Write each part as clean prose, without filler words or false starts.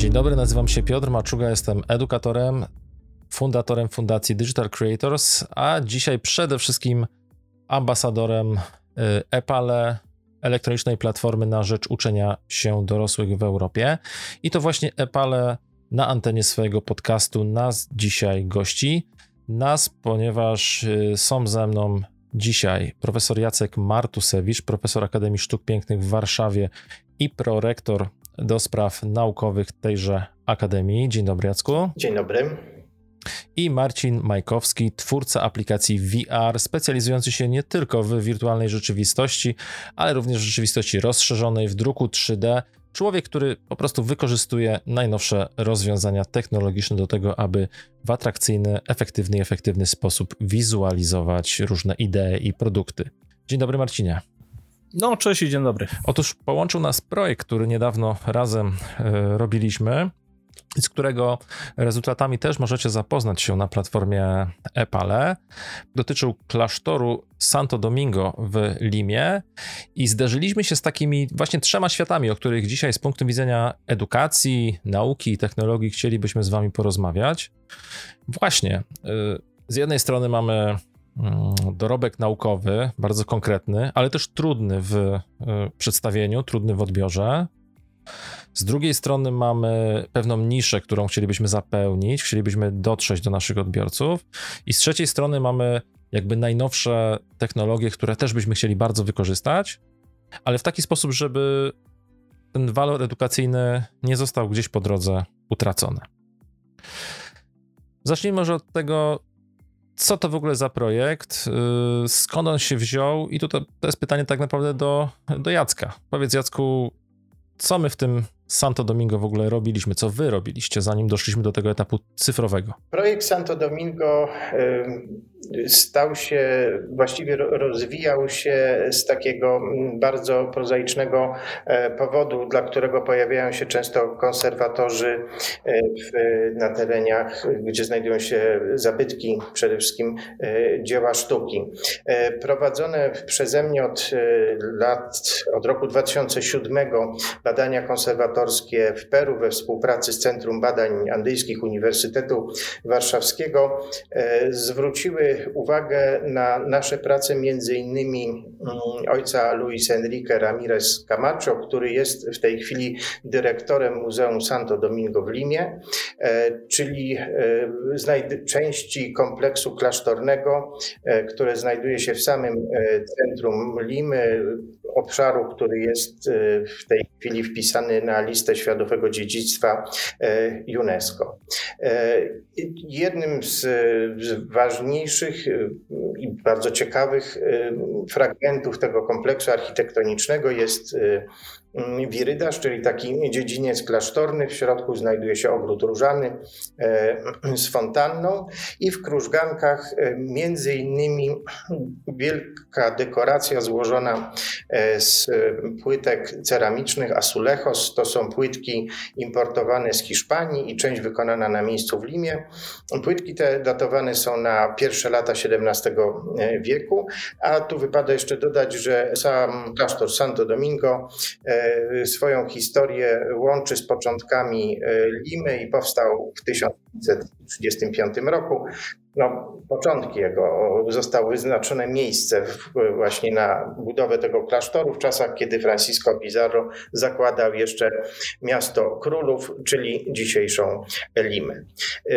Dzień dobry, nazywam się Piotr Maczuga, jestem edukatorem, fundatorem Fundacji Digital Creators, a dzisiaj przede wszystkim ambasadorem EPALE, elektronicznej platformy na rzecz uczenia się dorosłych w Europie. I to właśnie EPALE na antenie swojego podcastu nas dzisiaj gości. Ponieważ są ze mną dzisiaj profesor Jacek Martusewicz, profesor Akademii Sztuk Pięknych w Warszawie i prorektor do spraw naukowych tejże Akademii. Dzień dobry, Jacku. Dzień dobry. I Marcin Majkowski, twórca aplikacji VR, specjalizujący się nie tylko w wirtualnej rzeczywistości, ale również w rzeczywistości rozszerzonej, w druku 3D. Człowiek, który po prostu wykorzystuje najnowsze rozwiązania technologiczne do tego, aby w atrakcyjny, efektywny sposób wizualizować różne idee i produkty. Dzień dobry, Marcinie. No, cześć i dzień dobry. Otóż połączył nas projekt, który niedawno razem robiliśmy, z którego rezultatami też możecie zapoznać się na platformie EPALE. Dotyczył klasztoru Santo Domingo w Limie i zderzyliśmy się z takimi właśnie 3 światami, o których dzisiaj z punktu widzenia edukacji, nauki i technologii chcielibyśmy z wami porozmawiać. Właśnie, z jednej strony mamy dorobek naukowy, bardzo konkretny, ale też trudny w przedstawieniu, trudny w odbiorze. Z drugiej strony mamy pewną niszę, którą chcielibyśmy zapełnić, chcielibyśmy dotrzeć do naszych odbiorców i z trzeciej strony mamy jakby najnowsze technologie, które też byśmy chcieli bardzo wykorzystać, ale w taki sposób, żeby ten walor edukacyjny nie został gdzieś po drodze utracony. Zacznijmy może od tego, co to w ogóle za projekt, skąd on się wziął i tutaj to jest pytanie tak naprawdę do Jacka. Powiedz, Jacku, co my w tym Santo Domingo w ogóle robiliśmy, co wy robiliście, zanim doszliśmy do tego etapu cyfrowego? Projekt Santo Domingo właściwie rozwijał się z takiego bardzo prozaicznego powodu, dla którego pojawiają się często konserwatorzy na tereniach, gdzie znajdują się zabytki, przede wszystkim dzieła sztuki. Prowadzone przeze mnie od roku 2007 badania konserwatorskie w Peru we współpracy z Centrum Badań Andyjskich Uniwersytetu Warszawskiego zwróciły uwagę na nasze prace między innymi ojca Luis Enrique Ramirez Camacho, który jest w tej chwili dyrektorem Muzeum Santo Domingo w Limie, czyli części kompleksu klasztornego, które znajduje się w samym centrum Limy, obszaru, który jest w tej chwili wpisany na listę światowego dziedzictwa UNESCO. Jednym z ważniejszych i bardzo ciekawych fragmentów tego kompleksu architektonicznego jest wirydarz, czyli taki dziedziniec klasztorny. W środku znajduje się ogród różany z fontanną i w krużgankach między innymi wielka dekoracja złożona z płytek ceramicznych azulejos. To są płytki importowane z Hiszpanii i część wykonana na miejscu w Limie. Płytki te datowane są na pierwsze lata XVII wieku, a tu wypada jeszcze dodać, że sam klasztor Santo Domingo swoją historię łączy z początkami Limy i powstał w 1535 roku. Początki jego, zostało wyznaczone miejsce właśnie na budowę tego klasztoru w czasach, kiedy Francisco Pizarro zakładał jeszcze miasto królów, czyli dzisiejszą Limę.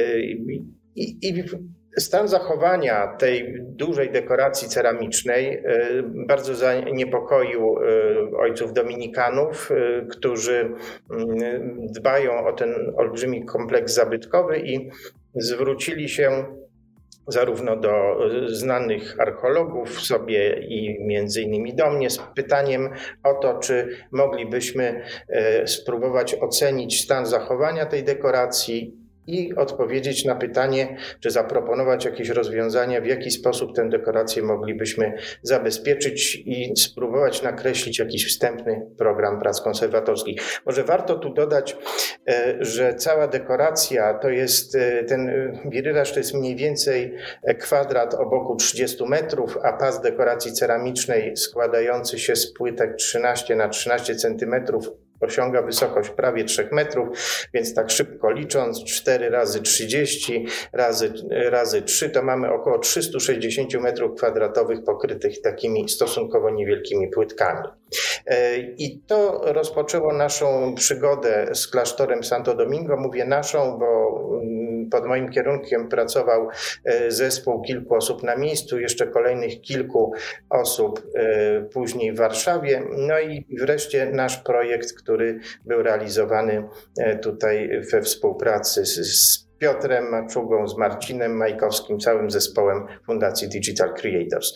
I stan zachowania tej dużej dekoracji ceramicznej bardzo zaniepokoił ojców dominikanów, którzy dbają o ten olbrzymi kompleks zabytkowy i zwrócili się zarówno do znanych archeologów, sobie i między innymi do mnie z pytaniem o to, czy moglibyśmy spróbować ocenić stan zachowania tej dekoracji i odpowiedzieć na pytanie, czy zaproponować jakieś rozwiązania, w jaki sposób tę dekorację moglibyśmy zabezpieczyć i spróbować nakreślić jakiś wstępny program prac konserwatorskich. Może warto tu dodać, że cała dekoracja to jest, ten wirydarz to jest mniej więcej kwadrat o boku 30 metrów, a pas dekoracji ceramicznej składający się z płytek 13 na 13 centymetrów osiąga wysokość prawie 3 metrów, więc tak szybko licząc, 4 razy 30 razy 3 to mamy około 360 metrów kwadratowych pokrytych takimi stosunkowo niewielkimi płytkami. I to rozpoczęło naszą przygodę z klasztorem Santo Domingo. Mówię naszą, bo pod moim kierunkiem pracował zespół kilku osób na miejscu, jeszcze kolejnych kilku osób później w Warszawie. No i wreszcie nasz projekt, który był realizowany tutaj we współpracy z Piotrem Maczugą, z Marcinem Majkowskim, całym zespołem Fundacji Digital Creators.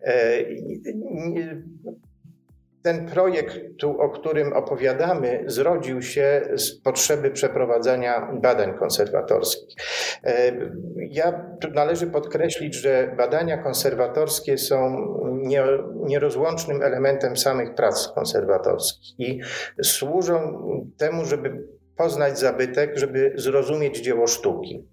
Ten projekt, o którym opowiadamy, zrodził się z potrzeby przeprowadzania badań konserwatorskich. Tu należy podkreślić, że badania konserwatorskie są nierozłącznym elementem samych prac konserwatorskich i służą temu, żeby poznać zabytek, żeby zrozumieć dzieło sztuki.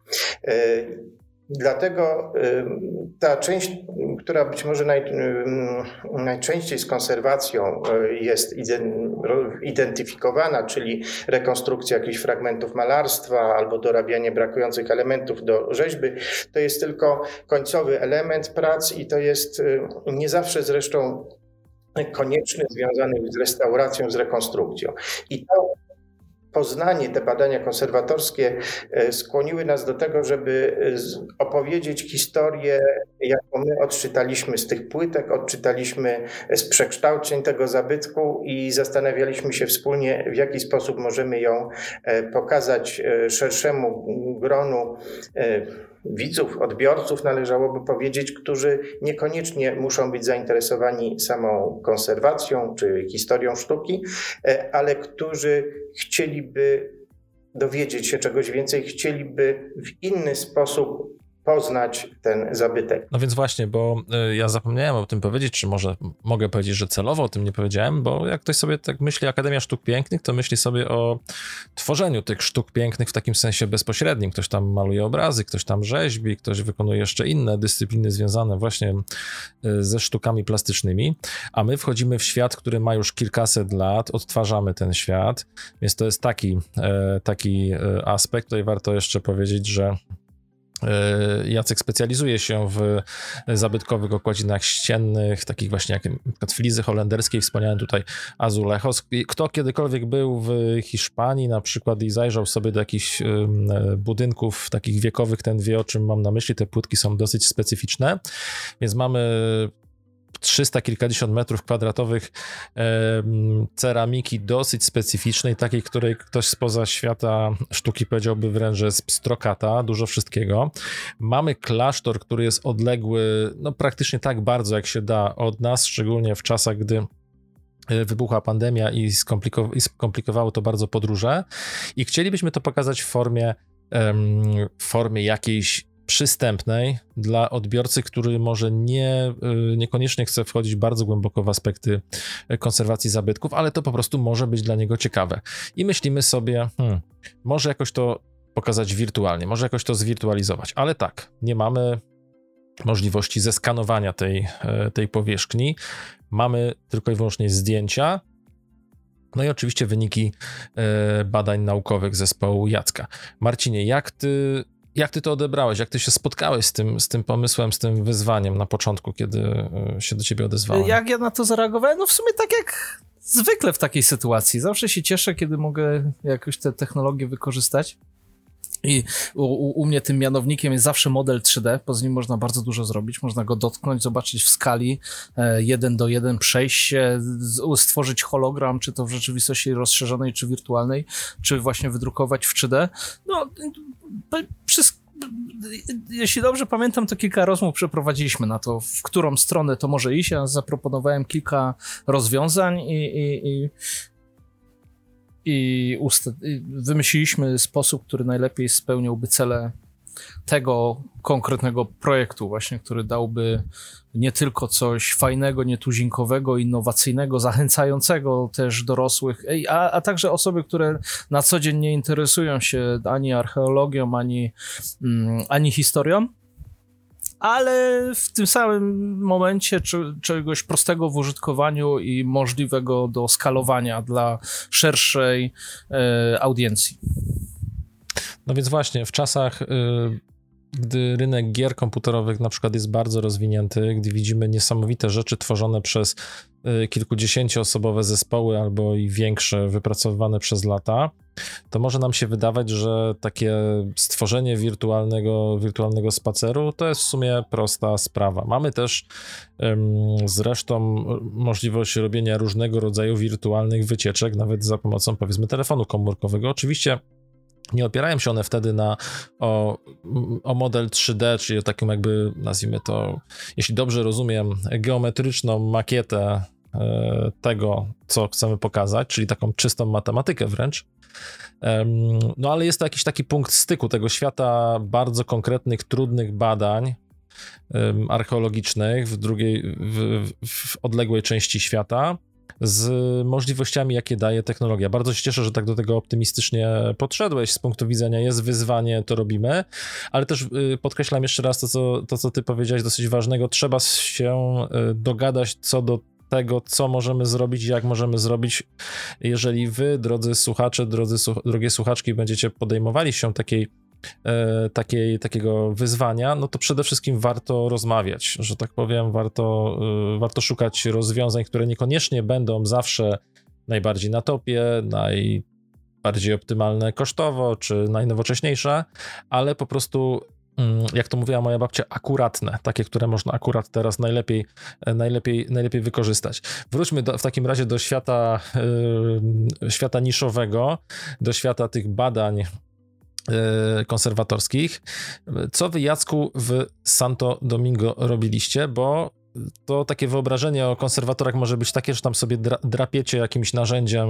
Dlatego ta część, która być może najczęściej z konserwacją jest identyfikowana, czyli rekonstrukcja jakichś fragmentów malarstwa albo dorabianie brakujących elementów do rzeźby, to jest tylko końcowy element prac i to jest nie zawsze zresztą konieczny, związany z restauracją, z rekonstrukcją. I to poznanie, te badania konserwatorskie skłoniły nas do tego, żeby opowiedzieć historię, jaką my odczytaliśmy z tych płytek, odczytaliśmy z przekształceń tego zabytku i zastanawialiśmy się wspólnie, w jaki sposób możemy ją pokazać szerszemu gronu widzów, odbiorców, należałoby powiedzieć, którzy niekoniecznie muszą być zainteresowani samą konserwacją czy historią sztuki, ale którzy chcieliby dowiedzieć się czegoś więcej, chcieliby w inny sposób poznać ten zabytek. No więc właśnie, bo ja zapomniałem o tym powiedzieć, czy może mogę powiedzieć, że celowo o tym nie powiedziałem, bo jak ktoś sobie tak myśli Akademia Sztuk Pięknych, to myśli sobie o tworzeniu tych sztuk pięknych w takim sensie bezpośrednim. Ktoś tam maluje obrazy, ktoś tam rzeźbi, ktoś wykonuje jeszcze inne dyscypliny związane właśnie ze sztukami plastycznymi, a my wchodzimy w świat, który ma już kilkaset lat, odtwarzamy ten świat, więc to jest taki aspekt. Tutaj warto jeszcze powiedzieć, że Jacek specjalizuje się w zabytkowych okładzinach ściennych, takich właśnie jak na przykład flizy holenderskiej, wspomniałem tutaj azulejos. Kto kiedykolwiek był w Hiszpanii na przykład i zajrzał sobie do jakichś budynków takich wiekowych, ten wie, o czym mam na myśli. Te płytki są dosyć specyficzne, więc mamy 300 kilkadziesiąt metrów kwadratowych ceramiki dosyć specyficznej, takiej, której ktoś spoza świata sztuki powiedziałby wręcz, że z pstrokata, dużo wszystkiego. Mamy klasztor, który jest odległy no praktycznie tak bardzo, jak się da od nas, szczególnie w czasach, gdy wybuchła pandemia i skomplikowało to bardzo podróże i chcielibyśmy to pokazać w formie jakiejś przystępnej dla odbiorcy, który może niekoniecznie chce wchodzić bardzo głęboko w aspekty konserwacji zabytków, ale to po prostu może być dla niego ciekawe. I myślimy sobie, może jakoś to pokazać wirtualnie, może jakoś to zwirtualizować, ale tak, nie mamy możliwości zeskanowania tej powierzchni, mamy tylko i wyłącznie zdjęcia, no i oczywiście wyniki badań naukowych zespołu Jacka. Marcinie, jak ty to odebrałeś? Jak ty się spotkałeś z tym pomysłem, z tym wyzwaniem na początku, kiedy się do ciebie odezwałem? Jak ja na to zareagowałem? No w sumie tak jak zwykle w takiej sytuacji. Zawsze się cieszę, kiedy mogę jakoś te technologie wykorzystać. I u mnie tym mianownikiem jest zawsze model 3D, bo z nim można bardzo dużo zrobić, można go dotknąć, zobaczyć w skali 1:1, przejść się, stworzyć hologram, czy to w rzeczywistości rozszerzonej, czy wirtualnej, czy właśnie wydrukować w 3D. No, jeśli dobrze pamiętam, to kilka rozmów przeprowadziliśmy na to, w którą stronę to może iść. Ja zaproponowałem kilka rozwiązań i wymyśliliśmy sposób, który najlepiej spełniałby cele tego konkretnego projektu właśnie, który dałby nie tylko coś fajnego, nietuzinkowego, innowacyjnego, zachęcającego też dorosłych, a także osoby, które na co dzień nie interesują się ani archeologią, ani historią, ale w tym samym momencie czegoś prostego w użytkowaniu i możliwego do skalowania dla szerszej audiencji. No więc właśnie, w czasach, gdy rynek gier komputerowych na przykład jest bardzo rozwinięty, gdy widzimy niesamowite rzeczy tworzone przez kilkudziesięcioosobowe zespoły albo i większe, wypracowywane przez lata, to może nam się wydawać, że takie stworzenie wirtualnego spaceru to jest w sumie prosta sprawa. Mamy też zresztą możliwość robienia różnego rodzaju wirtualnych wycieczek, nawet za pomocą, powiedzmy, telefonu komórkowego. Oczywiście nie opierają się one wtedy o model 3D, czyli o takim jakby, nazwijmy to, jeśli dobrze rozumiem, geometryczną makietę tego, co chcemy pokazać, czyli taką czystą matematykę wręcz. No ale jest to jakiś taki punkt styku tego świata bardzo konkretnych, trudnych badań archeologicznych w odległej części świata, z możliwościami, jakie daje technologia. Bardzo się cieszę, że tak do tego optymistycznie podszedłeś. Z punktu widzenia jest wyzwanie, to robimy, ale też podkreślam jeszcze raz to, co ty powiedziałeś, dosyć ważnego. Trzeba się dogadać co do tego, co możemy zrobić i jak możemy zrobić. Jeżeli wy, drodzy słuchacze, drogie słuchaczki, będziecie podejmowali się takiego wyzwania, no to przede wszystkim warto rozmawiać, że tak powiem, warto szukać rozwiązań, które niekoniecznie będą zawsze najbardziej na topie, najbardziej optymalne kosztowo, czy najnowocześniejsze, ale po prostu, jak to mówiła moja babcia, akuratne, takie, które można akurat teraz najlepiej wykorzystać. Wróćmy w takim razie do świata niszowego, do świata tych badań konserwatorskich. Co wy, Jacku, w Santo Domingo robiliście? Bo to takie wyobrażenie o konserwatorach może być takie, że tam sobie drapiecie jakimś narzędziem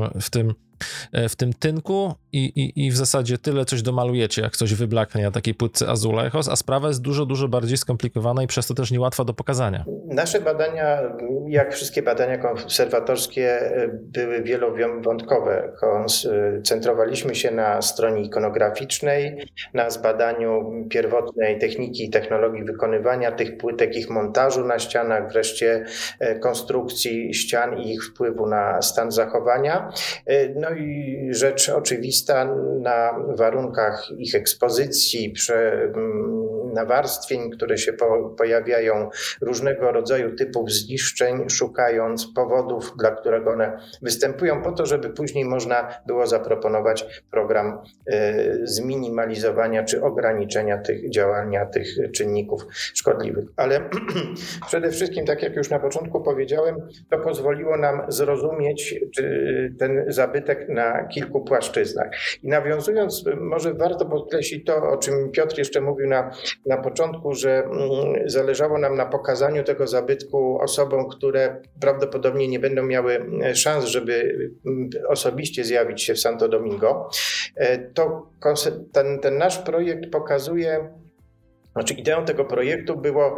w tym tynku i w zasadzie tyle coś domalujecie, jak coś wyblaknie na takiej płytce Azulejos, a sprawa jest dużo, dużo bardziej skomplikowana i przez to też niełatwa do pokazania. Nasze badania, jak wszystkie badania konserwatorskie, były wielowątkowe. Koncentrowaliśmy się na stronie ikonograficznej, na zbadaniu pierwotnej techniki i technologii wykonywania tych płytek, ich montażu na ścianach, wreszcie konstrukcji ścian i ich wpływu na stan zachowania. No i rzecz oczywista, na warunkach ich ekspozycji, nawarstwień, które się pojawiają, różnego rodzaju typów zniszczeń, szukając powodów, dla których one występują, po to, żeby później można było zaproponować program zminimalizowania czy ograniczenia działania tych czynników szkodliwych. Ale przede wszystkim, tak jak już na początku powiedziałem, to pozwoliło nam zrozumieć ten zabytek na kilku płaszczyznach. I nawiązując, może warto podkreślić to, o czym Piotr jeszcze mówił na początku, że zależało nam na pokazaniu tego zabytku osobom, które prawdopodobnie nie będą miały szans, żeby osobiście zjawić się w Santo Domingo. To ten nasz projekt pokazuje, znaczy ideą tego projektu było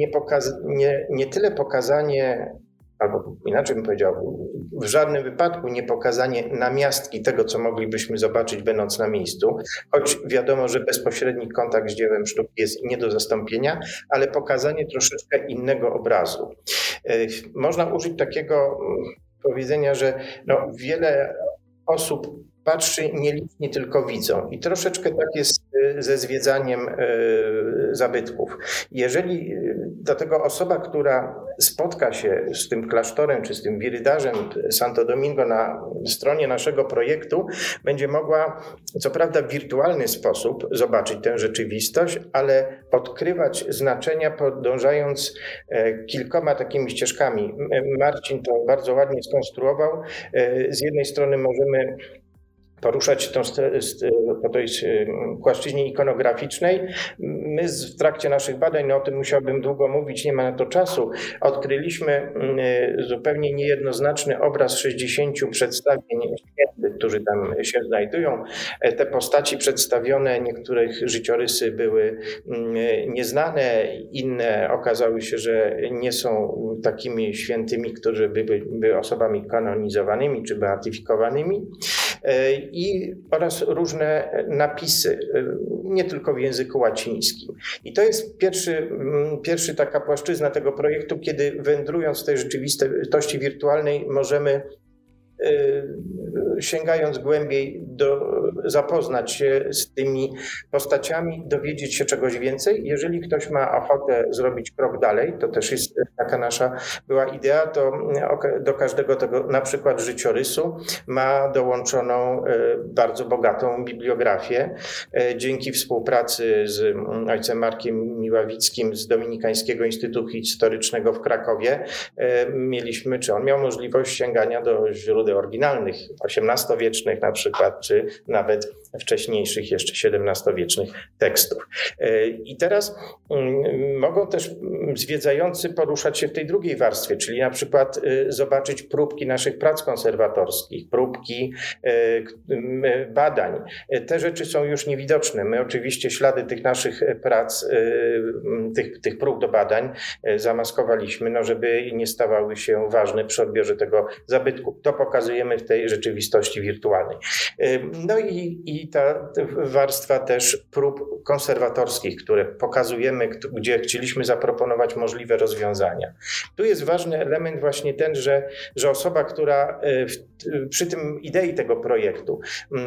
nie tyle pokazanie, albo inaczej bym powiedział, w żadnym wypadku nie pokazanie namiastki tego, co moglibyśmy zobaczyć, będąc na miejscu, choć wiadomo, że bezpośredni kontakt z dziełem sztuki jest nie do zastąpienia, ale pokazanie troszeczkę innego obrazu. Można użyć takiego powiedzenia, że wiele osób patrzy, nielicznie tylko widzą. I troszeczkę tak jest ze zwiedzaniem zabytków. Jeżeli do tego osoba, która spotka się z tym klasztorem czy z tym wirydarzem Santo Domingo na stronie naszego projektu, będzie mogła, co prawda w wirtualny sposób, zobaczyć tę rzeczywistość, ale odkrywać znaczenia, podążając kilkoma takimi ścieżkami. Marcin to bardzo ładnie skonstruował. Z jednej strony możemy poruszać po tej płaszczyźnie ikonograficznej. My w trakcie naszych badań, o tym musiałbym długo mówić, nie ma na to czasu, odkryliśmy zupełnie niejednoznaczny obraz 60 przedstawień świętych, którzy tam się znajdują. Te postaci przedstawione, niektórych życiorysy były nieznane, inne okazały się, że nie są takimi świętymi, którzy były osobami kanonizowanymi czy beatyfikowanymi. Oraz różne napisy. nie tylko w języku łacińskim. I to jest pierwszy taka płaszczyzna tego projektu, kiedy wędrując w tej rzeczywistości wirtualnej możemy, sięgając głębiej, zapoznać się z tymi postaciami, dowiedzieć się czegoś więcej. Jeżeli ktoś ma ochotę zrobić krok dalej, to też jest taka nasza była idea, to do każdego tego na przykład życiorysu ma dołączoną bardzo bogatą bibliografię. Dzięki współpracy z ojcem Markiem Miławickim z Dominikańskiego Instytutu Historycznego w Krakowie on miał możliwość sięgania do źródeł oryginalnych, XVIII-wiecznych na przykład, czy nawet wcześniejszych, jeszcze XVII-wiecznych tekstów. I teraz mogą też zwiedzający poruszać się w tej drugiej warstwie, czyli na przykład zobaczyć próbki naszych prac konserwatorskich, próbki badań. Te rzeczy są już niewidoczne. My oczywiście ślady tych naszych prac, tych prób do badań zamaskowaliśmy, żeby nie stawały się ważne przy odbiorze tego zabytku. To pokazujemy w tej rzeczywistości wirtualnej. No i ta warstwa też prób konserwatorskich, które pokazujemy, gdzie chcieliśmy zaproponować możliwe rozwiązania. Tu jest ważny element właśnie ten, że osoba, która przy tym idei tego projektu,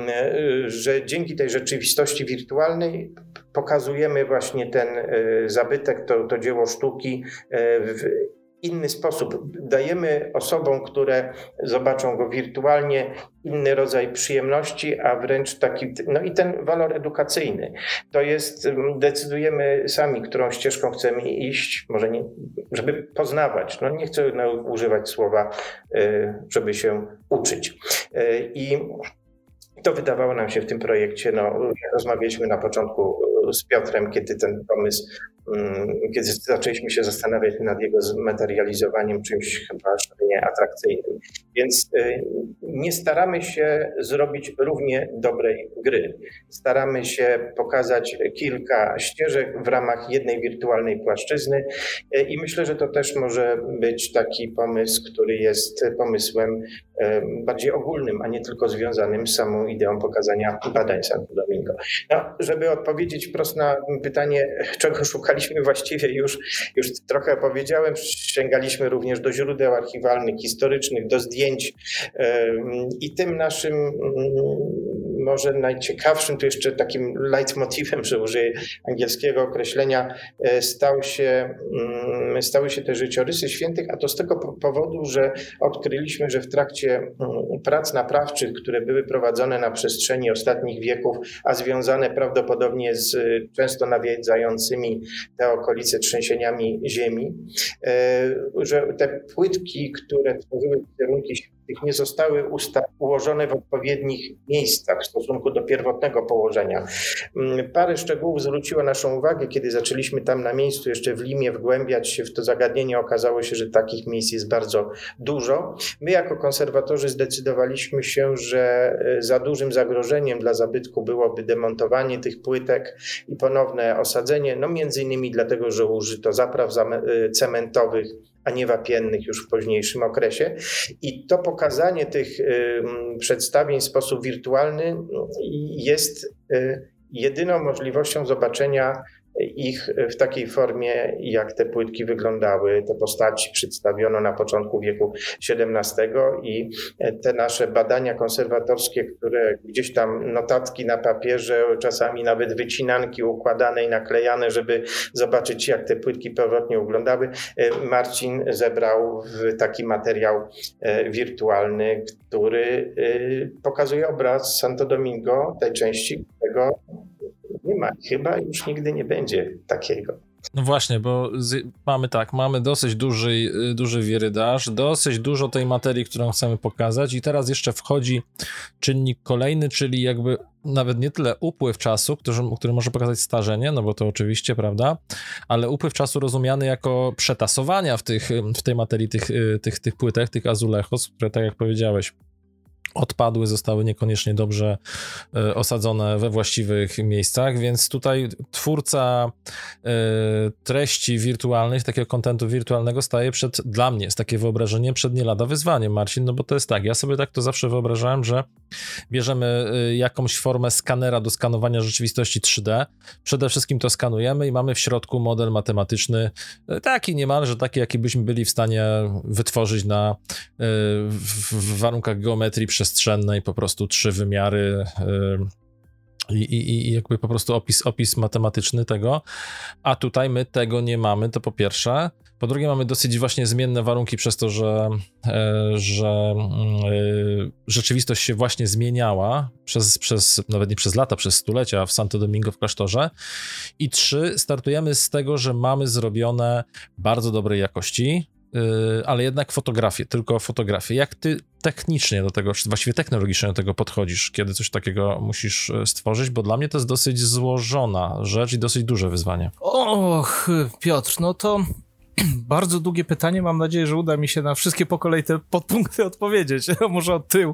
że dzięki tej rzeczywistości wirtualnej pokazujemy właśnie ten zabytek, to dzieło sztuki w inny sposób. Dajemy osobom, które zobaczą go wirtualnie, inny rodzaj przyjemności, a wręcz taki, i ten walor edukacyjny. To jest, decydujemy sami, którą ścieżką chcemy iść, może nie, żeby poznawać. Nie chcę używać słowa, żeby się uczyć. I to wydawało nam się w tym projekcie, rozmawialiśmy na początku z Piotrem, kiedy ten pomysł, kiedy zaczęliśmy się zastanawiać nad jego zmaterializowaniem czymś chyba szalenie atrakcyjnym. Więc nie staramy się zrobić równie dobrej gry. Staramy się pokazać kilka ścieżek w ramach jednej wirtualnej płaszczyzny i myślę, że to też może być taki pomysł, który jest pomysłem bardziej ogólnym, a nie tylko związanym z samą ideą pokazania badań Santo Domingo. Żeby odpowiedzieć wprost na pytanie, czego szukaliśmy właściwie, już trochę powiedziałem, sięgaliśmy również do źródeł archiwalnych, historycznych, do zdjęć i tym naszym może najciekawszym, tu jeszcze takim leitmotivem, że użyję angielskiego określenia, stały się te życiorysy świętych, a to z tego powodu, że odkryliśmy, że w trakcie prac naprawczych, które były prowadzone na przestrzeni ostatnich wieków, a związane prawdopodobnie z często nawiedzającymi te okolice trzęsieniami ziemi, że te płytki, które tworzyły wizerunki świętych, nie zostały ułożone w odpowiednich miejscach w stosunku do pierwotnego położenia. Parę szczegółów zwróciło naszą uwagę, kiedy zaczęliśmy tam na miejscu jeszcze w Limie wgłębiać się w to zagadnienie. Okazało się, że takich miejsc jest bardzo dużo. My jako konserwatorzy zdecydowaliśmy się, że za dużym zagrożeniem dla zabytku byłoby demontowanie tych płytek i ponowne osadzenie, między innymi dlatego, że użyto zapraw cementowych, a nie wapiennych już w późniejszym okresie. I to pokazanie tych przedstawień w sposób wirtualny jest jedyną możliwością zobaczenia ich w takiej formie, jak te płytki wyglądały, te postaci przedstawiono na początku wieku XVII i te nasze badania konserwatorskie, które gdzieś tam notatki na papierze, czasami nawet wycinanki układane i naklejane, żeby zobaczyć, jak te płytki pierwotnie wyglądały, Marcin zebrał w taki materiał wirtualny, który pokazuje obraz Santo Domingo, tej części, którego nie ma. Chyba już nigdy nie będzie takiego. No właśnie, bo mamy dosyć duży wirydaż, dosyć dużo tej materii, którą chcemy pokazać i teraz jeszcze wchodzi czynnik kolejny, czyli jakby nawet nie tyle upływ czasu, który może pokazać starzenie, bo to oczywiście, prawda, ale upływ czasu rozumiany jako przetasowania w tej materii tych płytek, tych azulejos, które tak jak powiedziałeś, odpadły, zostały niekoniecznie dobrze osadzone we właściwych miejscach, więc tutaj twórca treści wirtualnych, takiego kontentu wirtualnego staje dla mnie jest takie wyobrażenie przed nie lada wyzwaniem, Marcin, no bo to jest tak, ja sobie tak to zawsze wyobrażałem, że bierzemy jakąś formę skanera do skanowania rzeczywistości 3D, przede wszystkim to skanujemy i mamy w środku model matematyczny, taki niemalże taki, jaki byśmy byli w stanie wytworzyć w warunkach geometrii przestrzennej, po prostu 3 wymiary i jakby po prostu opis matematyczny tego, a tutaj my tego nie mamy, to po pierwsze. Po drugie mamy dosyć właśnie zmienne warunki przez to, że rzeczywistość się właśnie zmieniała nawet nie przez lata, przez stulecia w Santo Domingo w klasztorze. I 3, startujemy z tego, że mamy zrobione bardzo dobrej jakości, ale jednak tylko fotografie. Jak ty technicznie do tego, czy właściwie technologicznie do tego podchodzisz, kiedy coś takiego musisz stworzyć? Bo dla mnie to jest dosyć złożona rzecz i dosyć duże wyzwanie. Och, Piotr, no to bardzo długie pytanie. Mam nadzieję, że uda mi się na wszystkie po kolei te podpunkty odpowiedzieć. Może od tyłu.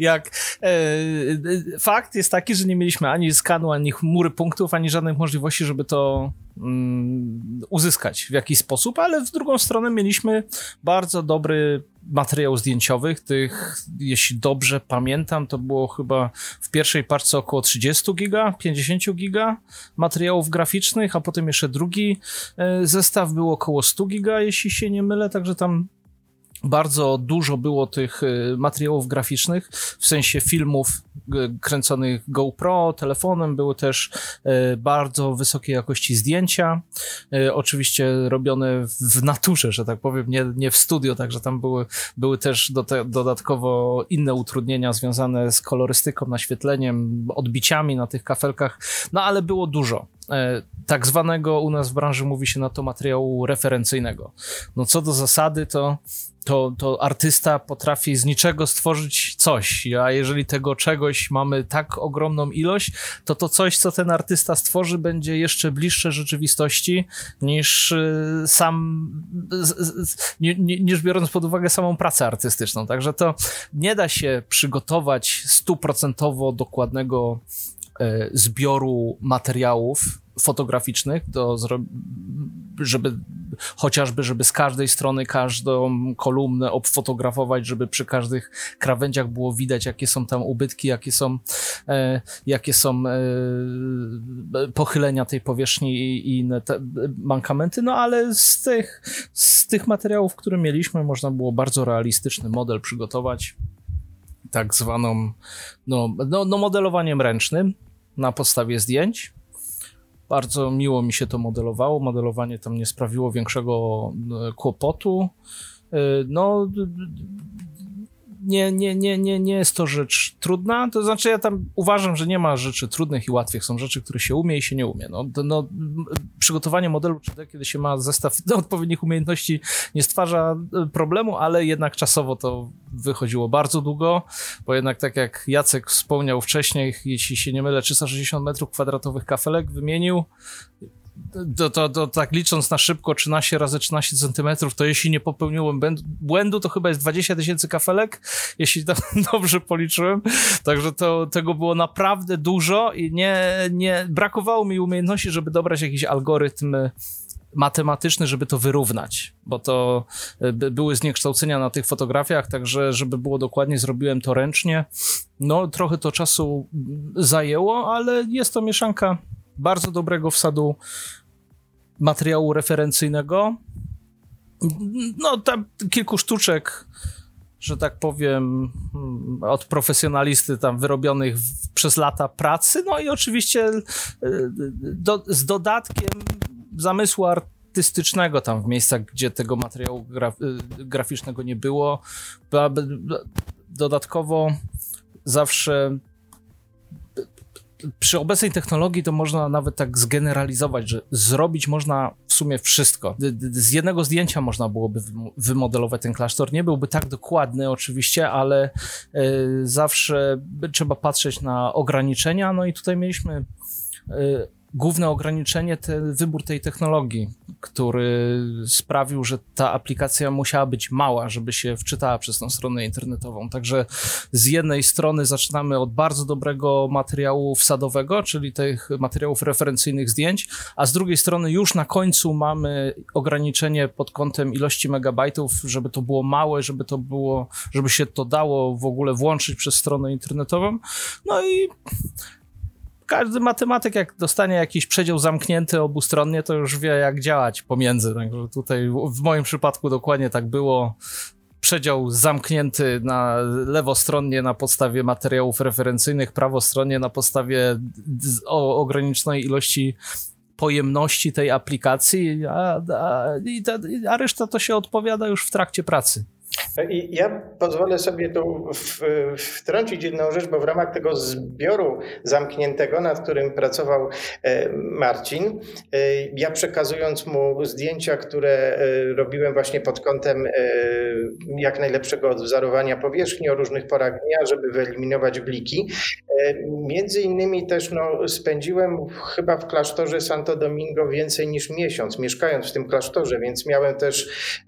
Fakt jest taki, że nie mieliśmy ani skanu, ani chmury punktów, ani żadnych możliwości, żeby to uzyskać w jakiś sposób, ale w drugą stronę mieliśmy bardzo dobry materiał zdjęciowych, jeśli dobrze pamiętam, to było chyba w pierwszej paczce około 30 giga, 50 giga materiałów graficznych, a potem jeszcze drugi zestaw był około 100 giga, jeśli się nie mylę, także tam bardzo dużo było tych materiałów graficznych, w sensie filmów kręconych GoPro, telefonem, były też bardzo wysokiej jakości zdjęcia, oczywiście robione w naturze, że tak powiem, nie w studio, także tam były też dodatkowo inne utrudnienia związane z kolorystyką, naświetleniem, odbiciami na tych kafelkach, no ale było dużo. Tak zwanego u nas w branży mówi się na to materiału referencyjnego. No co do zasady, to artysta potrafi z niczego stworzyć coś, a jeżeli tego czegoś mamy tak ogromną ilość, to coś, co ten artysta stworzy, będzie jeszcze bliższe rzeczywistości niż niż biorąc pod uwagę samą pracę artystyczną. Także to nie da się przygotować 100% dokładnego zbioru materiałów fotograficznych, żeby z każdej strony każdą kolumnę obfotografować, żeby przy każdych krawędziach było widać, jakie są tam ubytki, jakie są pochylenia tej powierzchni i inne mankamenty, no ale z tych materiałów, które mieliśmy, można było bardzo realistyczny model przygotować, tak zwaną modelowaniem ręcznym na podstawie zdjęć. Bardzo miło mi się to modelowało. Modelowanie tam nie sprawiło większego kłopotu. No, nie jest to rzecz trudna. To znaczy, ja tam uważam, że nie ma rzeczy trudnych i łatwych. Są rzeczy, które się umie i się nie umie. Przygotowanie modelu 3D, kiedy się ma zestaw odpowiednich umiejętności, nie stwarza problemu, ale jednak czasowo to wychodziło bardzo długo, bo jednak tak jak Jacek wspomniał wcześniej, jeśli się nie mylę, 360 m2 kafelek wymienił. To tak licząc na szybko 13 razy 13 cm, to jeśli nie popełniłem błędu, to chyba jest 20 000 kafelek, jeśli dobrze policzyłem. Także tego było naprawdę dużo i nie brakowało mi umiejętności, żeby dobrać jakiś algorytm matematyczny, żeby to wyrównać, bo to były zniekształcenia na tych fotografiach, także żeby było dokładnie, zrobiłem to ręcznie. No trochę to czasu zajęło, ale jest to mieszanka bardzo dobrego wsadu materiału referencyjnego. No tam kilku sztuczek, że tak powiem, od profesjonalisty tam wyrobionych przez lata pracy, no i oczywiście z dodatkiem zamysłu artystycznego tam w miejscach, gdzie tego materiału graficznego nie było. Dodatkowo zawsze przy obecnej technologii to można nawet tak zgeneralizować, że zrobić można w sumie wszystko. Z jednego zdjęcia można byłoby wymodelować ten klasztor. Nie byłby tak dokładny oczywiście, ale zawsze trzeba patrzeć na ograniczenia. No i tutaj mieliśmy główne ograniczenie wybór tej technologii, który sprawił, że ta aplikacja musiała być mała, żeby się wczytała przez tą stronę internetową. Także z jednej strony zaczynamy od bardzo dobrego materiału wsadowego, czyli tych materiałów referencyjnych zdjęć, a z drugiej strony już na końcu mamy ograniczenie pod kątem ilości megabajtów, żeby to było małe, żeby się to dało w ogóle włączyć przez stronę internetową. No i każdy matematyk, jak dostanie jakiś przedział zamknięty obustronnie, to już wie, jak działać pomiędzy. Także tutaj w moim przypadku dokładnie tak było. Przedział zamknięty na lewostronnie na podstawie materiałów referencyjnych, prawostronnie na podstawie ograniczonej ilości pojemności tej aplikacji, a reszta to się odpowiada już w trakcie pracy. I ja pozwolę sobie tu wtrącić jedną rzecz, bo w ramach tego zbioru zamkniętego, nad którym pracował Marcin, ja przekazując mu zdjęcia, które robiłem właśnie pod kątem jak najlepszego odwzorowania powierzchni o różnych porach dnia, żeby wyeliminować bliki, między innymi też spędziłem chyba w klasztorze Santo Domingo więcej niż miesiąc, mieszkając w tym klasztorze, więc miałem też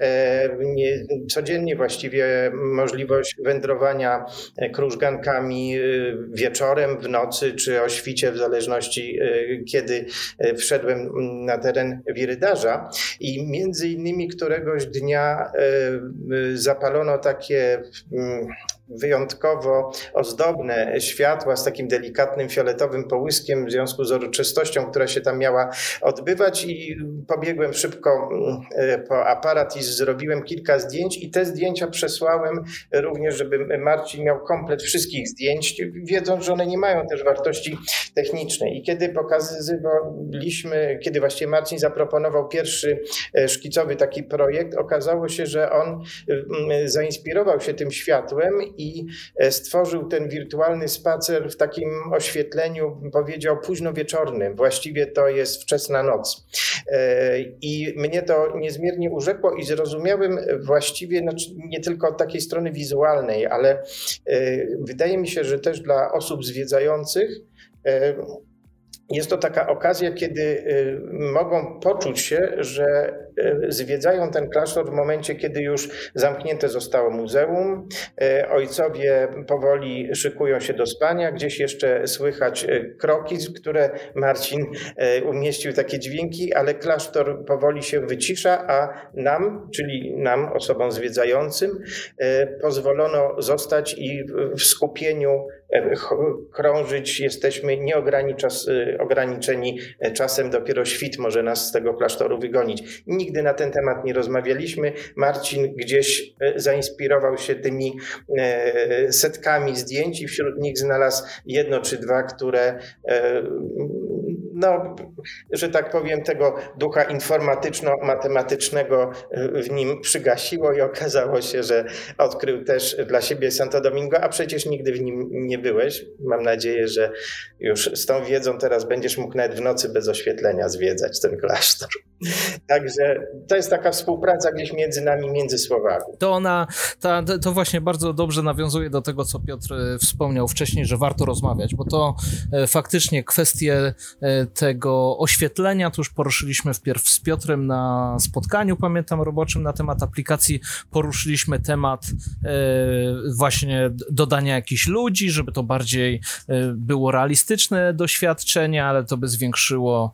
codziennie właściwie możliwość wędrowania krużgankami wieczorem, w nocy czy o świcie, w zależności kiedy wszedłem na teren Wirydarza. I między innymi któregoś dnia zapalono takie wyjątkowo ozdobne światła z takim delikatnym fioletowym połyskiem w związku z uroczystością, która się tam miała odbywać, i pobiegłem szybko po aparat i zrobiłem kilka zdjęć i te zdjęcia przesłałem również, żeby Marcin miał komplet wszystkich zdjęć, wiedząc, że one nie mają też wartości technicznej. I kiedy pokazywaliśmy, kiedy właściwie Marcin zaproponował pierwszy szkicowy taki projekt, okazało się, że on zainspirował się tym światłem i stworzył ten wirtualny spacer w takim oświetleniu, powiedział, późno wieczornym. Właściwie to jest wczesna noc. I mnie to niezmiernie urzekło i zrozumiałem właściwie nie tylko od takiej strony wizualnej, ale wydaje mi się, że też dla osób zwiedzających jest to taka okazja, kiedy mogą poczuć się, że zwiedzają ten klasztor w momencie, kiedy już zamknięte zostało muzeum. Ojcowie powoli szykują się do spania, gdzieś jeszcze słychać kroki, które Marcin umieścił takie dźwięki, ale klasztor powoli się wycisza, a nam, czyli nam, osobom zwiedzającym, pozwolono zostać i w skupieniu krążyć. Jesteśmy ograniczeni czasem, dopiero świt może nas z tego klasztoru wygonić. Nigdy na ten temat nie rozmawialiśmy. Marcin gdzieś zainspirował się tymi setkami zdjęć i wśród nich znalazł jedno czy dwa, które że tak powiem, tego ducha informatyczno-matematycznego w nim przygasiło i okazało się, że odkrył też dla siebie Santo Domingo, a przecież nigdy w nim nie byłeś. Mam nadzieję, że już z tą wiedzą teraz będziesz mógł nawet w nocy bez oświetlenia zwiedzać ten klasztor. Także to jest taka współpraca gdzieś między nami, między słowami. To właśnie bardzo dobrze nawiązuje do tego, co Piotr wspomniał wcześniej, że warto rozmawiać, bo to faktycznie kwestie tego oświetlenia to już poruszyliśmy wpierw z Piotrem na spotkaniu, pamiętam, roboczym na temat aplikacji. Poruszyliśmy temat właśnie dodania jakichś ludzi, żeby to bardziej było realistyczne doświadczenie, ale to by zwiększyło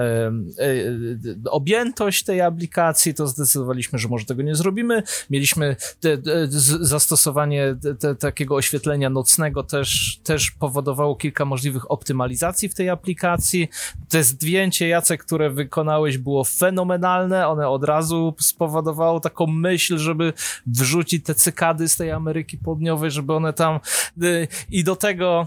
objętość tej aplikacji, to zdecydowaliśmy, że może tego nie zrobimy. Mieliśmy zastosowanie takiego oświetlenia nocnego, też powodowało kilka możliwych optymalizacji w tej aplikacji. Te zdjęcie, Jacek, które wykonałeś, było fenomenalne. One od razu spowodowało taką myśl, żeby wrzucić te cykady z tej Ameryki Południowej, żeby one tam i do tego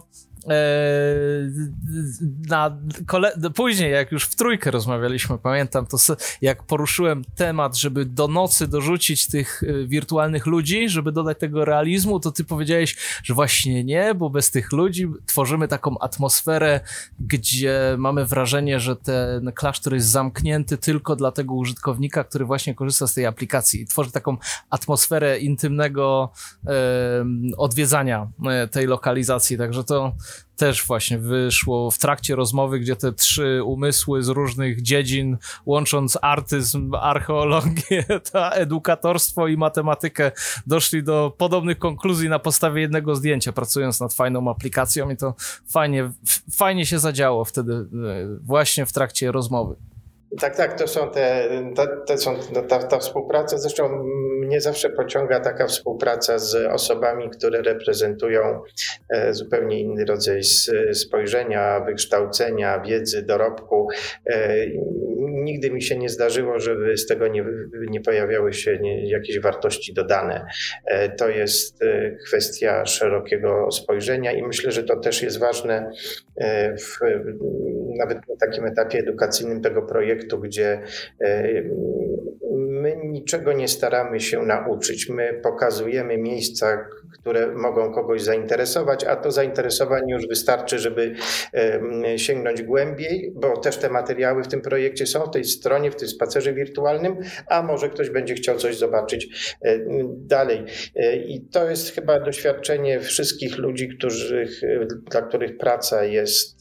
później, jak już w trójkę rozmawialiśmy, pamiętam, to jak poruszyłem temat, żeby do nocy dorzucić tych wirtualnych ludzi, żeby dodać tego realizmu, to ty powiedziałeś, że właśnie nie, bo bez tych ludzi tworzymy taką atmosferę, gdzie mamy wrażenie, że ten klasztor jest zamknięty tylko dla tego użytkownika, który właśnie korzysta z tej aplikacji i tworzy taką atmosferę intymnego odwiedzania tej lokalizacji, także też właśnie wyszło w trakcie rozmowy, gdzie te 3 umysły z różnych dziedzin, łącząc artyzm, archeologię, edukatorstwo i matematykę, doszli do podobnych konkluzji na podstawie jednego zdjęcia, pracując nad fajną aplikacją i to fajnie się zadziało wtedy właśnie w trakcie rozmowy. Tak, to są ta współpraca. Zresztą mnie zawsze pociąga taka współpraca z osobami, które reprezentują zupełnie inny rodzaj spojrzenia, wykształcenia, wiedzy, dorobku. Nigdy mi się nie zdarzyło, żeby z tego nie pojawiały się jakieś wartości dodane. To jest kwestia szerokiego spojrzenia i myślę, że to też jest ważne nawet na takim etapie edukacyjnym tego projektu, gdzie my niczego nie staramy się nauczyć. My pokazujemy miejsca, które mogą kogoś zainteresować, a to zainteresowanie już wystarczy, żeby sięgnąć głębiej, bo też te materiały w tym projekcie są, w tej stronie, w tym spacerze wirtualnym, a może ktoś będzie chciał coś zobaczyć dalej. I to jest chyba doświadczenie wszystkich ludzi, dla których praca jest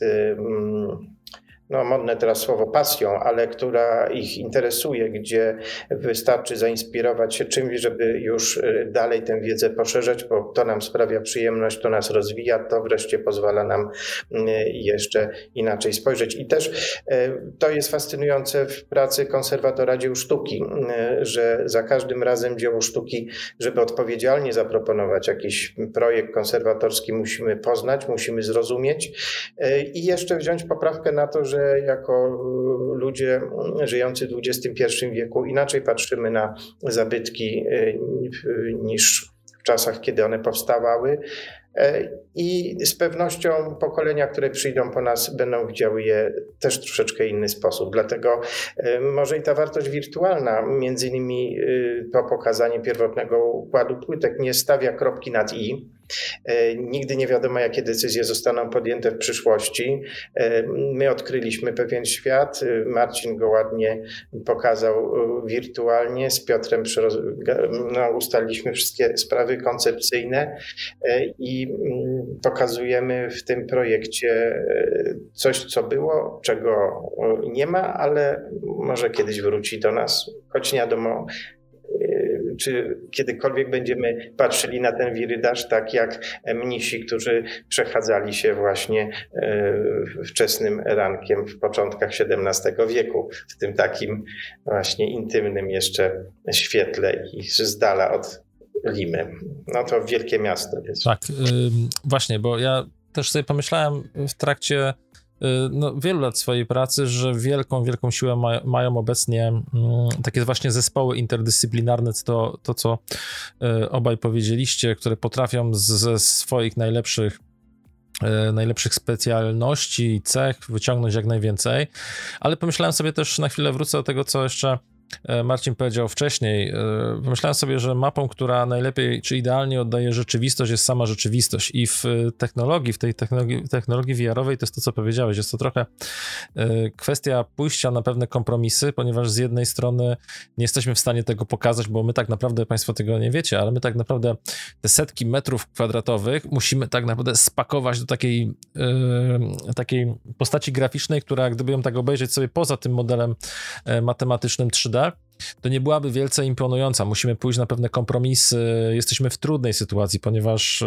modne teraz słowo pasją, ale która ich interesuje, gdzie wystarczy zainspirować się czymś, żeby już dalej tę wiedzę poszerzać, bo to nam sprawia przyjemność, to nas rozwija, to wreszcie pozwala nam jeszcze inaczej spojrzeć. I też to jest fascynujące w pracy konserwatora dzieł sztuki, że za każdym razem dzieło sztuki, żeby odpowiedzialnie zaproponować jakiś projekt konserwatorski, musimy poznać, musimy zrozumieć i jeszcze wziąć poprawkę na to, że jako ludzie żyjący w XXI wieku inaczej patrzymy na zabytki niż w czasach, kiedy one powstawały. I z pewnością pokolenia, które przyjdą po nas, będą widziały je też troszeczkę inny sposób. Dlatego może i ta wartość wirtualna, między innymi to pokazanie pierwotnego układu płytek, nie stawia kropki nad i. Nigdy nie wiadomo, jakie decyzje zostaną podjęte w przyszłości. My odkryliśmy pewien świat, Marcin go ładnie pokazał wirtualnie, z Piotrem ustaliliśmy wszystkie sprawy koncepcyjne i pokazujemy w tym projekcie coś, co było, czego nie ma, ale może kiedyś wróci do nas, choć nie wiadomo, czy kiedykolwiek będziemy patrzyli na ten wirydarz tak jak mnisi, którzy przechadzali się właśnie wczesnym rankiem w początkach XVII wieku, w tym takim właśnie intymnym jeszcze świetle i z dala od Limy. No to wielkie miasto jest. Tak, właśnie, bo ja też sobie pomyślałem w trakcie wielu lat swojej pracy, że wielką siłę mają obecnie takie właśnie zespoły interdyscyplinarne, to co obaj powiedzieliście, które potrafią ze swoich najlepszych specjalności i cech wyciągnąć jak najwięcej, ale pomyślałem sobie też, na chwilę wrócę do tego, co jeszcze Marcin powiedział wcześniej. Pomyślałem sobie, że mapą, która najlepiej czy idealnie oddaje rzeczywistość, jest sama rzeczywistość i w tej technologii VR-owej to jest to, co powiedziałeś, jest to trochę kwestia pójścia na pewne kompromisy, ponieważ z jednej strony nie jesteśmy w stanie tego pokazać, bo my tak naprawdę, państwo tego nie wiecie, ale my tak naprawdę te setki metrów kwadratowych musimy tak naprawdę spakować do takiej postaci graficznej, która gdyby ją tak obejrzeć sobie poza tym modelem matematycznym 3D, to nie byłaby wielce imponująca. Musimy pójść na pewne kompromisy. Jesteśmy w trudnej sytuacji, ponieważ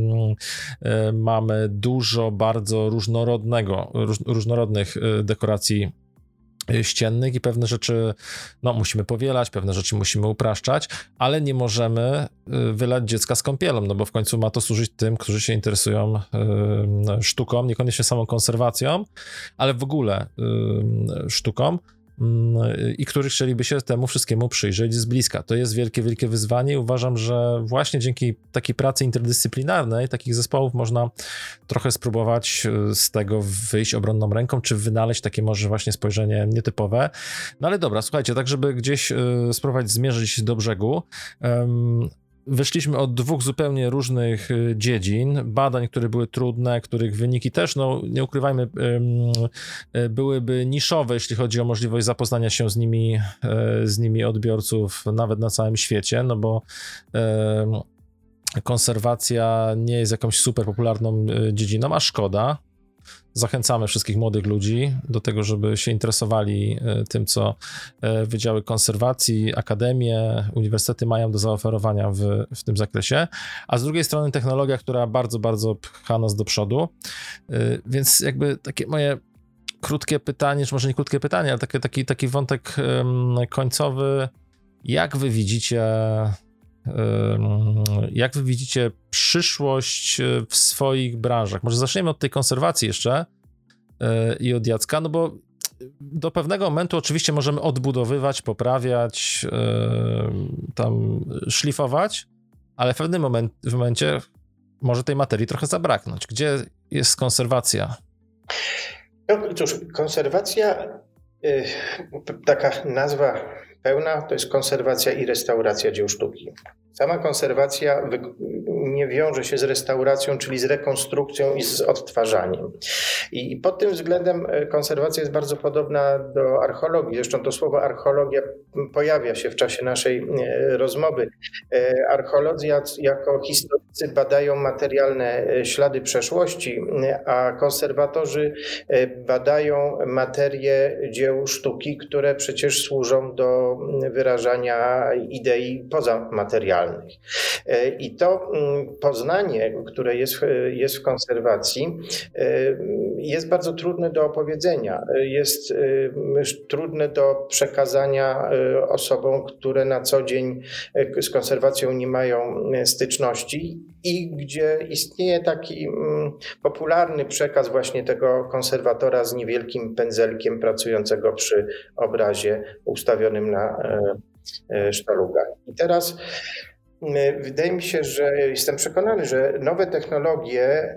mamy dużo bardzo różnorodnych dekoracji ściennych i pewne rzeczy musimy powielać, pewne rzeczy musimy upraszczać, ale nie możemy wylać dziecka z kąpielą, bo w końcu ma to służyć tym, którzy się interesują sztuką, niekoniecznie samą konserwacją, ale w ogóle sztuką, i którzy chcieliby się temu wszystkiemu przyjrzeć z bliska. To jest wielkie wyzwanie i uważam, że właśnie dzięki takiej pracy interdyscyplinarnej, takich zespołów można trochę spróbować z tego wyjść obronną ręką, czy wynaleźć takie może właśnie spojrzenie nietypowe. No ale dobra, słuchajcie, tak żeby gdzieś spróbować zmierzyć do brzegu, wyszliśmy od dwóch zupełnie różnych dziedzin, badań, które były trudne, których wyniki też, nie ukrywajmy, byłyby niszowe, jeśli chodzi o możliwość zapoznania się z nimi odbiorców nawet na całym świecie, bo konserwacja nie jest jakąś super popularną dziedziną, a szkoda. Zachęcamy wszystkich młodych ludzi do tego, żeby się interesowali tym, co wydziały konserwacji, akademie, uniwersytety mają do zaoferowania w tym zakresie, a z drugiej strony technologia, która bardzo, bardzo pcha nas do przodu, więc jakby takie moje krótkie pytanie, czy może nie krótkie pytanie, ale taki wątek końcowy, jak wy widzicie przyszłość w swoich branżach? Może zaczniemy od tej konserwacji jeszcze i od Jacka, no bo do pewnego momentu oczywiście możemy odbudowywać, poprawiać, tam szlifować, ale w pewnym momencie może tej materii trochę zabraknąć. Gdzie jest konserwacja? No cóż, konserwacja, taka nazwa pełna, to jest konserwacja i restauracja dzieł sztuki. Sama konserwacja nie wiąże się z restauracją, czyli z rekonstrukcją i z odtwarzaniem. I pod tym względem konserwacja jest bardzo podobna do archeologii. Zresztą to słowo archeologia pojawia się w czasie naszej rozmowy. Archeolodzy jako historycy badają materialne ślady przeszłości, a konserwatorzy badają materię dzieł sztuki, które przecież służą do wyrażania idei pozamaterialnych. I to poznanie, które jest w konserwacji, jest bardzo trudne do opowiedzenia. Jest trudne do przekazania osobom, które na co dzień z konserwacją nie mają styczności i gdzie istnieje taki popularny przekaz właśnie tego konserwatora z niewielkim pędzelkiem pracującego przy obrazie ustawionym na sztalugach. I teraz wydaje mi się, że jestem przekonany, że nowe technologie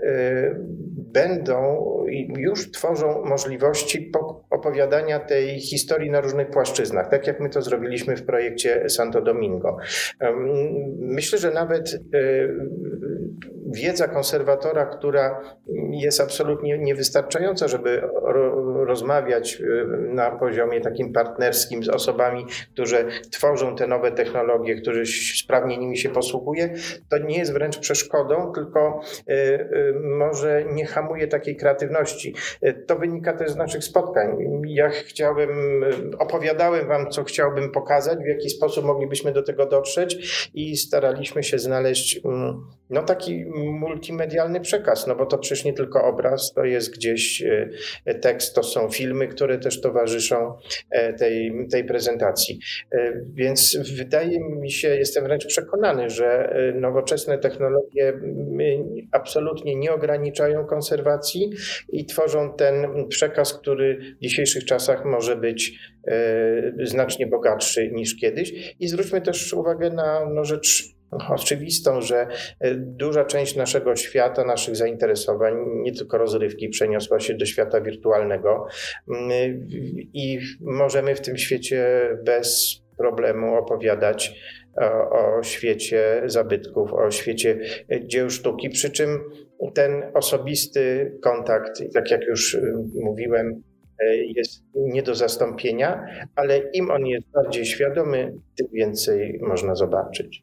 będą i już tworzą możliwości opowiadania tej historii na różnych płaszczyznach, tak jak my to zrobiliśmy w projekcie Santo Domingo. Myślę, że nawet wiedza konserwatora, która jest absolutnie niewystarczająca, żeby rozmawiać na poziomie takim partnerskim z osobami, które tworzą te nowe technologie, którzy sprawnie nimi się posługuje, to nie jest wręcz przeszkodą, tylko może nie hamuje takiej kreatywności. To wynika też z naszych spotkań. Ja opowiadałem wam, co chciałbym pokazać, w jaki sposób moglibyśmy do tego dotrzeć i staraliśmy się znaleźć taki multimedialny przekaz, no bo to przecież nie tylko obraz, to jest gdzieś tekst, to są filmy, które też towarzyszą tej prezentacji. Więc wydaje mi się, jestem wręcz przekonany, że nowoczesne technologie absolutnie nie ograniczają konserwacji i tworzą ten przekaz, który w dzisiejszych czasach może być znacznie bogatszy niż kiedyś. I zwróćmy też uwagę na rzecz oczywistą, że duża część naszego świata, naszych zainteresowań, nie tylko rozrywki, przeniosła się do świata wirtualnego i możemy w tym świecie bez problemu opowiadać o świecie zabytków, o świecie dzieł sztuki, przy czym ten osobisty kontakt, tak jak już mówiłem, jest nie do zastąpienia, ale im on jest bardziej świadomy, tym więcej można zobaczyć.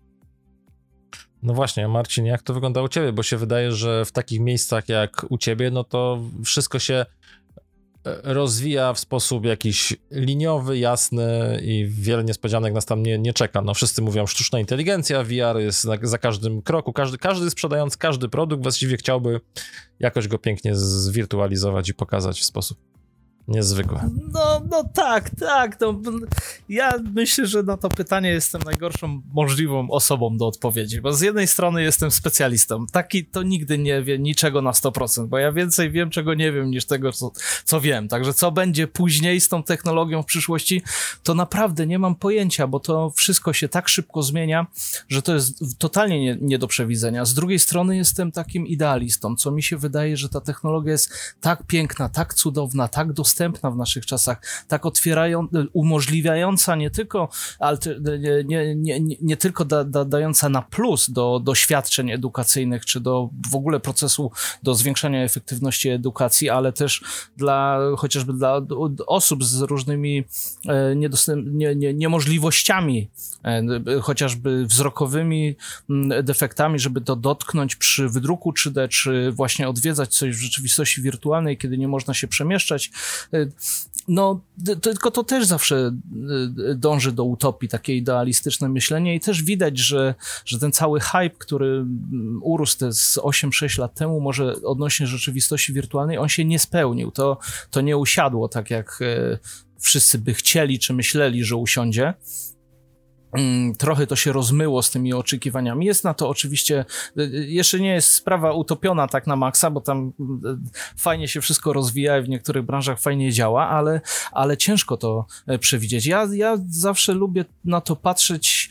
No właśnie, Marcin, jak to wygląda u ciebie? Bo się wydaje, że w takich miejscach jak u ciebie, no to wszystko się rozwija w sposób jakiś liniowy, jasny i wiele niespodzianek nas tam nie czeka. No wszyscy mówią, sztuczna inteligencja, VR jest za każdym kroku, każdy sprzedając każdy produkt właściwie chciałby jakoś go pięknie zwirtualizować i pokazać w sposób niezwykłe. No tak. No, ja myślę, że na to pytanie jestem najgorszą możliwą osobą do odpowiedzi, bo z jednej strony jestem specjalistą. Taki to nigdy nie wie niczego na 100%, bo ja więcej wiem, czego nie wiem, niż tego, co wiem. Także co będzie później z tą technologią w przyszłości, to naprawdę nie mam pojęcia, bo to wszystko się tak szybko zmienia, że to jest totalnie nie do przewidzenia. Z drugiej strony jestem takim idealistą, co mi się wydaje, że ta technologia jest tak piękna, tak cudowna, tak dostępna, dostępna w naszych czasach, tak umożliwiająca nie tylko, nie tylko dająca na plus do doświadczeń edukacyjnych, czy w ogóle procesu do zwiększania efektywności edukacji, ale też chociażby dla osób z różnymi niemożliwościami, chociażby wzrokowymi defektami, żeby to dotknąć przy wydruku 3D, czy właśnie odwiedzać coś w rzeczywistości wirtualnej, kiedy nie można się przemieszczać. No, tylko to też zawsze dąży do utopii, takie idealistyczne myślenie i też widać, że ten cały hype, który urósł z 8-6 lat temu, może odnośnie rzeczywistości wirtualnej, on się nie spełnił. To nie usiadło tak, jak wszyscy by chcieli, czy myśleli, że usiądzie. Trochę to się rozmyło z tymi oczekiwaniami. Jest na to oczywiście, jeszcze nie jest sprawa utopiona tak na maksa, bo tam fajnie się wszystko rozwija i w niektórych branżach fajnie działa, ale ciężko to przewidzieć. Ja zawsze lubię na to patrzeć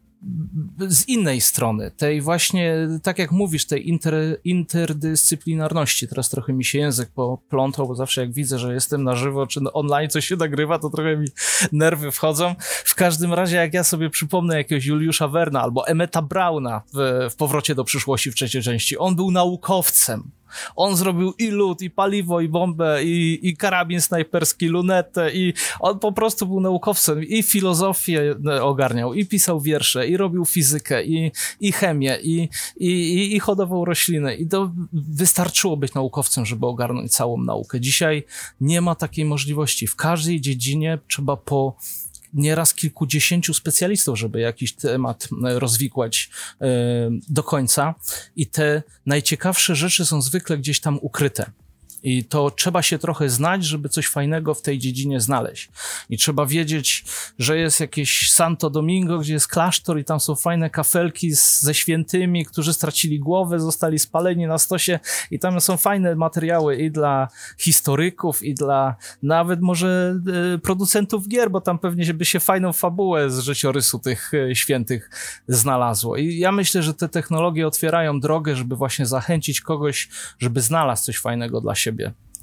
z innej strony, tej właśnie, tak jak mówisz, tej interdyscyplinarności. Teraz trochę mi się język poplątał, bo zawsze jak widzę, że jestem na żywo, czy online coś się nagrywa, to trochę mi nerwy wchodzą. W każdym razie, jak ja sobie przypomnę jakiegoś Juliusza Verna albo Emmeta Brauna w Powrocie do przyszłości w trzeciej części, on był naukowcem. On zrobił i lód, i paliwo, i bombę, i karabin snajperski, lunetę, i on po prostu był naukowcem, i filozofię ogarniał, i pisał wiersze, i robił fizykę, i chemię, i hodował rośliny. I to wystarczyło być naukowcem, żeby ogarnąć całą naukę. Dzisiaj nie ma takiej możliwości. W każdej dziedzinie trzeba nieraz kilkudziesięciu specjalistów, żeby jakiś temat rozwikłać do końca i te najciekawsze rzeczy są zwykle gdzieś tam ukryte. I to trzeba się trochę znać, żeby coś fajnego w tej dziedzinie znaleźć. I trzeba wiedzieć, że jest jakieś Santo Domingo, gdzie jest klasztor i tam są fajne kafelki ze świętymi, którzy stracili głowę, zostali spaleni na stosie i tam są fajne materiały i dla historyków, i dla nawet może producentów gier, bo tam pewnie by się fajną fabułę z życiorysu tych świętych znalazło. I ja myślę, że te technologie otwierają drogę, żeby właśnie zachęcić kogoś, żeby znalazł coś fajnego dla siebie.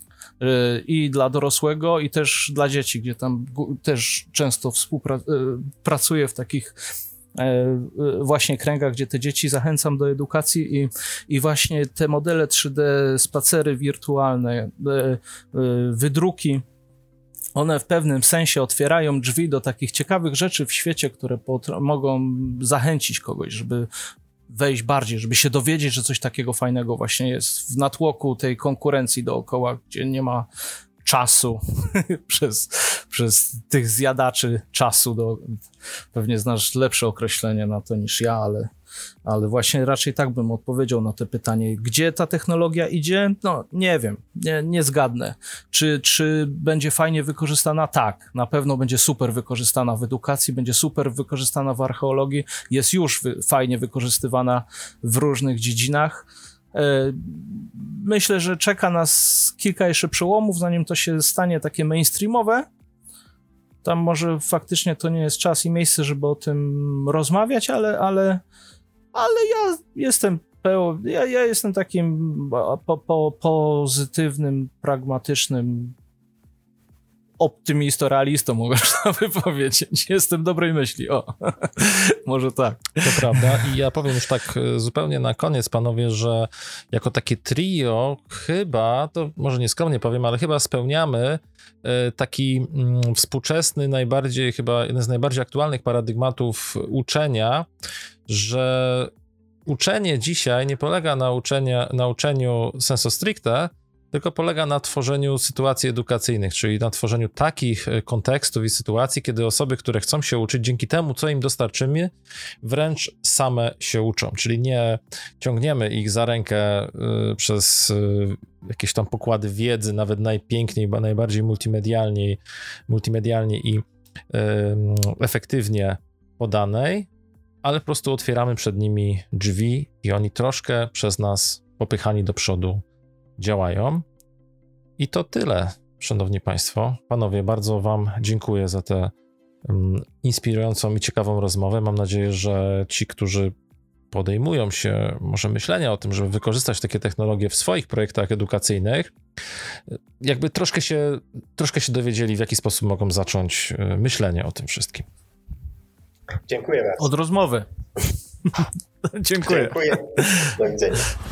I dla dorosłego, i też dla dzieci, gdzie tam też często pracuję w takich właśnie kręgach, gdzie te dzieci zachęcam do edukacji i właśnie te modele 3D, spacery wirtualne, wydruki, one w pewnym sensie otwierają drzwi do takich ciekawych rzeczy w świecie, które mogą zachęcić kogoś, żeby wejść bardziej, żeby się dowiedzieć, że coś takiego fajnego właśnie jest w natłoku tej konkurencji dookoła, gdzie nie ma czasu przez tych zjadaczy czasu. Pewnie znasz lepsze określenie na to niż ja, ale właśnie raczej tak bym odpowiedział na to pytanie. Gdzie ta technologia idzie? No nie wiem, nie zgadnę. Czy będzie fajnie wykorzystana? Tak, na pewno będzie super wykorzystana w edukacji, będzie super wykorzystana w archeologii, jest już fajnie wykorzystywana w różnych dziedzinach. Myślę, że czeka nas kilka jeszcze przełomów, zanim to się stanie takie mainstreamowe. Tam może faktycznie to nie jest czas i miejsce, żeby o tym rozmawiać, ale ja jestem ja jestem takim pozytywnym, pragmatycznym optymistą, realistą, można by powiedzieć. Jestem dobrej myśli, może tak. To prawda i ja powiem już tak zupełnie na koniec, panowie, że jako takie trio chyba, to może nieskromnie powiem, ale chyba spełniamy taki współczesny, chyba jeden z najbardziej aktualnych paradygmatów uczenia, że uczenie dzisiaj nie polega na uczeniu sensu stricte, tylko polega na tworzeniu sytuacji edukacyjnych, czyli na tworzeniu takich kontekstów i sytuacji, kiedy osoby, które chcą się uczyć, dzięki temu, co im dostarczymy, wręcz same się uczą, czyli nie ciągniemy ich za rękę przez jakieś tam pokłady wiedzy, nawet najpiękniej, najbardziej multimedialnie i efektywnie podanej, ale po prostu otwieramy przed nimi drzwi i oni troszkę przez nas popychani do przodu działają. I to tyle, szanowni państwo. Panowie, bardzo wam dziękuję za tę inspirującą i ciekawą rozmowę. Mam nadzieję, że ci, którzy podejmują się może myślenia o tym, żeby wykorzystać takie technologie w swoich projektach edukacyjnych, jakby troszkę się dowiedzieli, w jaki sposób mogą zacząć myślenie o tym wszystkim. Dziękuję bardzo. Od rozmowy. Dziękuję. Dziękuję. Do widzenia.